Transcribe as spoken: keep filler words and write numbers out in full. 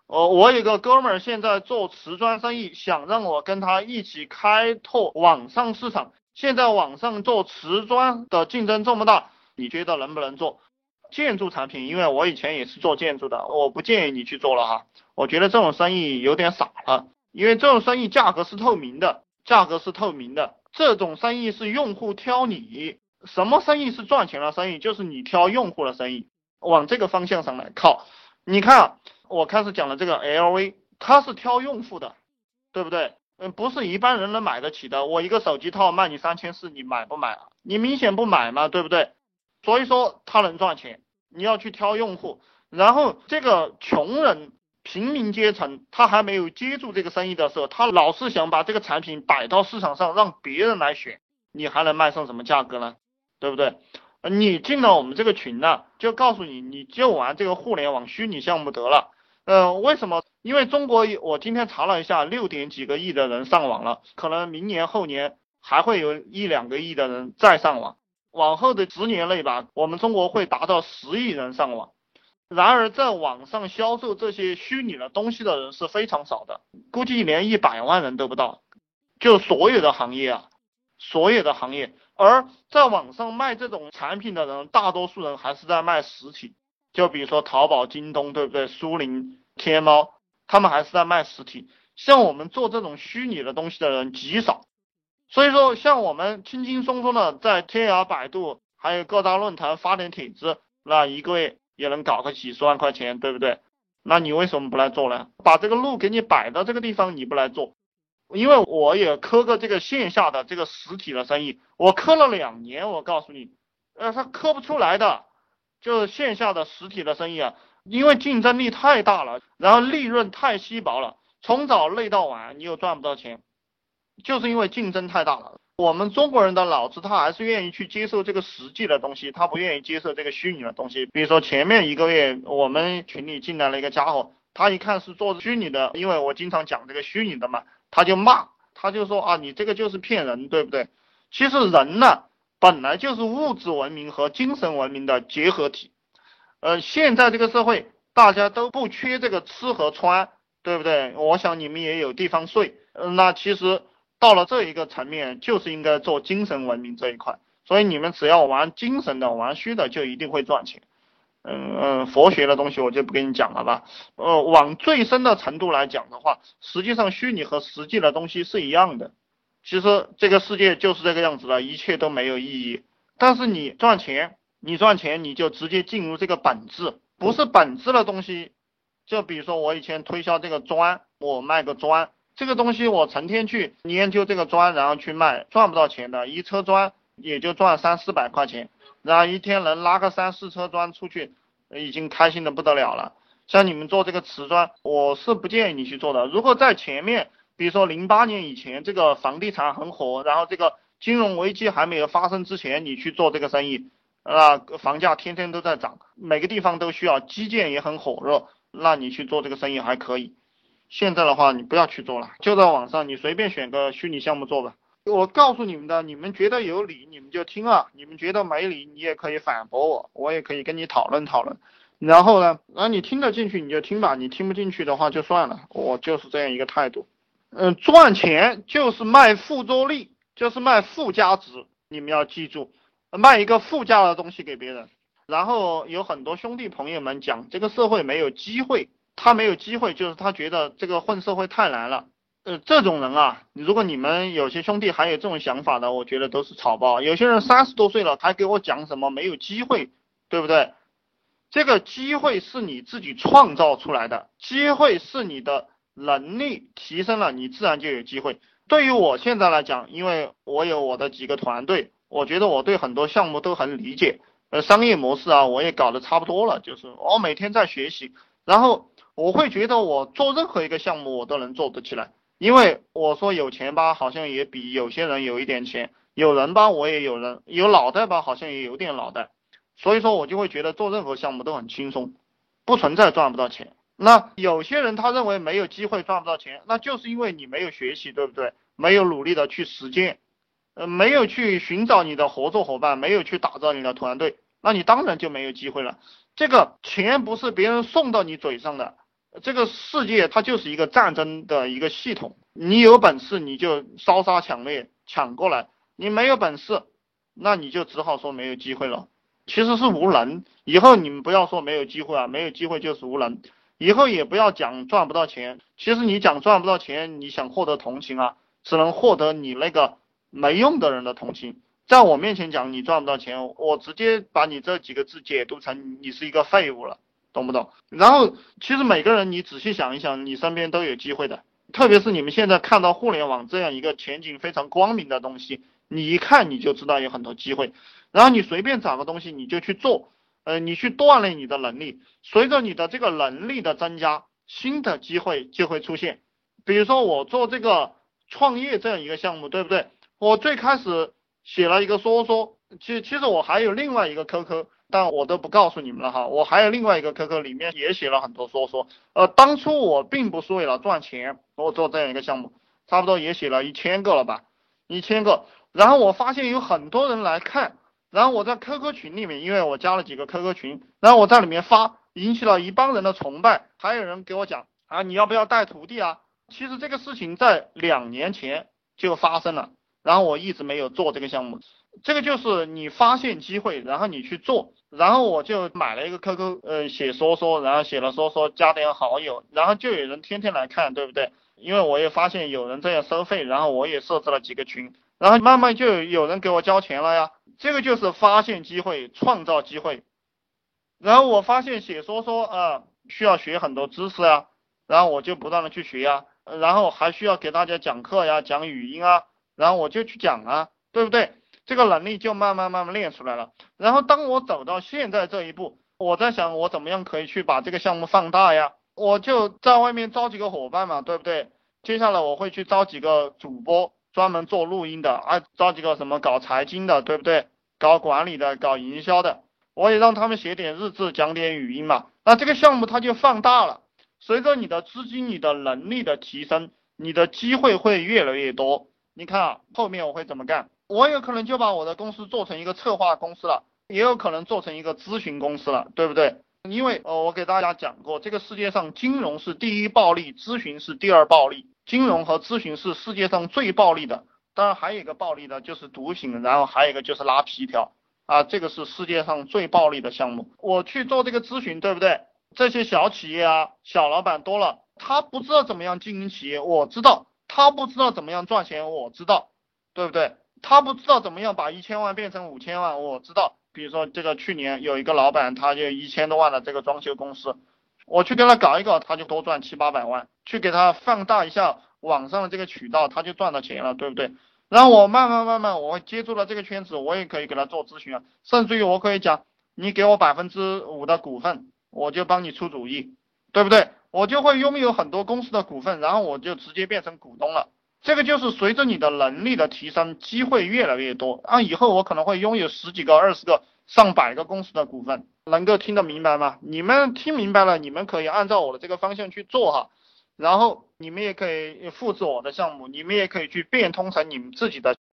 呃，我有个哥们儿现在做瓷砖生意，想让我跟他一起开拓网上市场。现在网上做瓷砖的竞争这么大，你觉得能不能做？建筑产品，因为我以前也是做建筑的，我不建议你去做了哈。我觉得这种生意有点傻了，因为这种生意价格是透明的，价格是透明的，这种生意是用户挑你。什么生意是赚钱的生意？就是你挑用户的生意，往这个方向上来靠。你看，我开始讲的这个 L V， 它是挑用户的，对不对？嗯，不是一般人能买得起的。我一个手机套卖你三千四，你买不买啊？你明显不买嘛，对不对？所以说它能赚钱，你要去挑用户。然后这个穷人、平民阶层，他还没有接住这个生意的时候，他老是想把这个产品摆到市场上，让别人来选，你还能卖上什么价格呢？对不对？你进了我们这个群呢，就告诉你，你就玩这个互联网虚拟项目得了。呃，为什么？因为中国，我今天查了一下，六点几个亿的人上网了，可能明年后年还会有一两个亿的人再上网。往后的十年内吧，我们中国会达到十亿人上网。然而，在网上销售这些虚拟的东西的人是非常少的，估计连一百万人都不到。就所有的行业啊，所有的行业。而在网上卖这种产品的人，大多数人还是在卖实体，就比如说淘宝、京东，对不对？苏宁、天猫，他们还是在卖实体。像我们做这种虚拟的东西的人极少，所以说像我们轻轻松松的在天涯、百度还有各大论坛发点帖子，那一个月也能搞个几十万块钱，对不对？那你为什么不来做呢？把这个路给你摆到这个地方，你不来做？因为我也磕个这个线下的这个实体的生意，我磕了两年，我告诉你，呃，他磕不出来的，就是线下的实体的生意啊，因为竞争力太大了，然后利润太稀薄了，从早累到晚，你又赚不到钱，就是因为竞争太大了。我们中国人的脑子他还是愿意去接受这个实际的东西，他不愿意接受这个虚拟的东西。比如说前面一个月，我们群里进来了一个家伙，他一看是做虚拟的，因为我经常讲这个虚拟的嘛。他就骂，他就说啊，你这个就是骗人，对不对？其实人呢，本来就是物质文明和精神文明的结合体。呃，现在这个社会，大家都不缺这个吃和穿，对不对？我想你们也有地方睡。呃、那其实到了这一个层面，就是应该做精神文明这一块。所以你们只要玩精神的、玩虚的，就一定会赚钱。嗯嗯，佛学的东西我就不跟你讲了吧。呃，往最深的程度来讲的话，实际上虚拟和实际的东西是一样的。其实这个世界就是这个样子的，一切都没有意义。但是你赚钱，你赚钱你就直接进入这个本质，不是本质的东西。就比如说我以前推销这个砖，我卖个砖，这个东西我成天去研究这个砖，然后去卖，赚不到钱的，一车砖也就赚三四百块钱。然后一天能拉个三四车砖出去，已经开心的不得了了。像你们做这个瓷砖，我是不建议你去做的。如果在前面，比如说零八年以前这个房地产很火，然后这个金融危机还没有发生之前，你去做这个生意，啊，房价天天都在涨，每个地方都需要，基建也很火热，那你去做这个生意还可以。现在的话，你不要去做了，就在网上你随便选个虚拟项目做吧。我告诉你们的，你们觉得有理你们就听啊，你们觉得没理你也可以反驳我，我也可以跟你讨论讨论。然后呢，那你听得进去你就听吧，你听不进去的话就算了，我就是这样一个态度。嗯，赚钱就是卖附着力，就是卖附加值，你们要记住，卖一个附加的东西给别人。然后有很多兄弟朋友们讲这个社会没有机会，他没有机会就是他觉得这个混社会太难了。呃，这种人啊，如果你们有些兄弟还有这种想法的，我觉得都是草包。有些人三十多岁了，还给我讲什么没有机会，对不对？这个机会是你自己创造出来的，机会是你的能力提升了，你自然就有机会。对于我现在来讲，因为我有我的几个团队，我觉得我对很多项目都很理解，呃，商业模式啊，我也搞得差不多了，就是我每天在学习，然后我会觉得我做任何一个项目我都能做得起来。因为我说有钱吧，好像也比有些人有一点钱，有人吧，我也有人，有脑袋吧，好像也有点脑袋，所以说我就会觉得做任何项目都很轻松，不存在赚不到钱。那有些人他认为没有机会赚不到钱，那就是因为你没有学习，对不对？没有努力的去实践，呃，没有去寻找你的合作伙伴，没有去打造你的团队，那你当然就没有机会了。这个钱不是别人送到你嘴上的。 这个世界它就是一个战争的一个系统，你有本事你就烧杀抢掠抢过来，你没有本事，那你就只好说没有机会了。其实是无能，以后你们不要说没有机会啊，没有机会就是无能。以后也不要讲赚不到钱，其实你讲赚不到钱，你想获得同情啊，只能获得你那个没用的人的同情。在我面前讲你赚不到钱，我直接把你这几个字解读成你是一个废物了，懂不懂？然后其实每个人你仔细想一想，你身边都有机会的，特别是你们现在看到互联网这样一个前景非常光明的东西，你一看你就知道有很多机会，然后你随便找个东西你就去做，呃，你去锻炼你的能力，随着你的这个能力的增加，新的机会就会出现。比如说我做这个创业这样一个项目，对不对？我最开始写了一个说说，其实其实我还有另外一个 Q Q， 但我都不告诉你们了哈，我还有另外一个 Q Q 里面也写了很多说说，呃，当初我并不是为了赚钱，我做这样一个项目，差不多也写了一千个了吧，一千个，然后我发现有很多人来看。然后我在 Q Q 群里面，因为我加了几个 Q Q 群，然后我在里面发，引起了一帮人的崇拜，还有人给我讲啊，你要不要带徒弟啊？其实这个事情在两年前就发生了，然后我一直没有做这个项目。这个就是你发现机会，然后你去做，然后我就买了一个 Q Q， 呃，写说说，然后写了说说，加点好友，然后就有人天天来看，对不对？因为我也发现有人这样收费，然后我也设置了几个群，然后慢慢就有人给我交钱了呀。这个就是发现机会，创造机会。然后我发现写说说啊，需要学很多知识啊，然后我就不断的去学呀，然后还需要给大家讲课呀，讲语音啊，然后我就去讲啊，对不对？这个能力就慢慢慢慢练出来了。然后当我走到现在这一步，我在想我怎么样可以去把这个项目放大呀？我就在外面招几个伙伴嘛，对不对？接下来我会去招几个主播，专门做录音的，啊，招几个什么搞财经的，对不对？搞管理的，搞营销的，我也让他们写点日志，讲点语音嘛。那这个项目它就放大了。随着你的资金、你的能力的提升，你的机会会越来越多。你看啊，后面我会怎么干？我有可能就把我的公司做成一个策划公司了，也有可能做成一个咨询公司了，对不对？因为呃，我给大家讲过，这个世界上金融是第一暴利，咨询是第二暴利，金融和咨询是世界上最暴利的。当然还有一个暴利的就是毒品，然后还有一个就是拉皮条啊，这个是世界上最暴利的项目。我去做这个咨询，对不对？这些小企业啊，小老板多了，他不知道怎么样经营企业，我知道；他不知道怎么样赚钱，我知道，对不对？他不知道怎么样把一千万变成五千万，我知道。比如说这个去年有一个老板，他就一千多万的这个装修公司，我去给他搞一搞，他就多赚七八百万，去给他放大一下网上的这个渠道，他就赚到钱了，对不对？然后我慢慢慢慢，我接触了这个圈子，我也可以给他做咨询啊，甚至于我可以讲，你给我百分之五的股份，我就帮你出主意，对不对？我就会拥有很多公司的股份，然后我就直接变成股东了。这个就是随着你的能力的提升，机会越来越多。啊，以后我可能会拥有十几个、二十个、上百个公司的股份，能够听得明白吗？你们听明白了，你们可以按照我的这个方向去做哈。然后你们也可以复制我的项目，你们也可以去变通成你们自己的。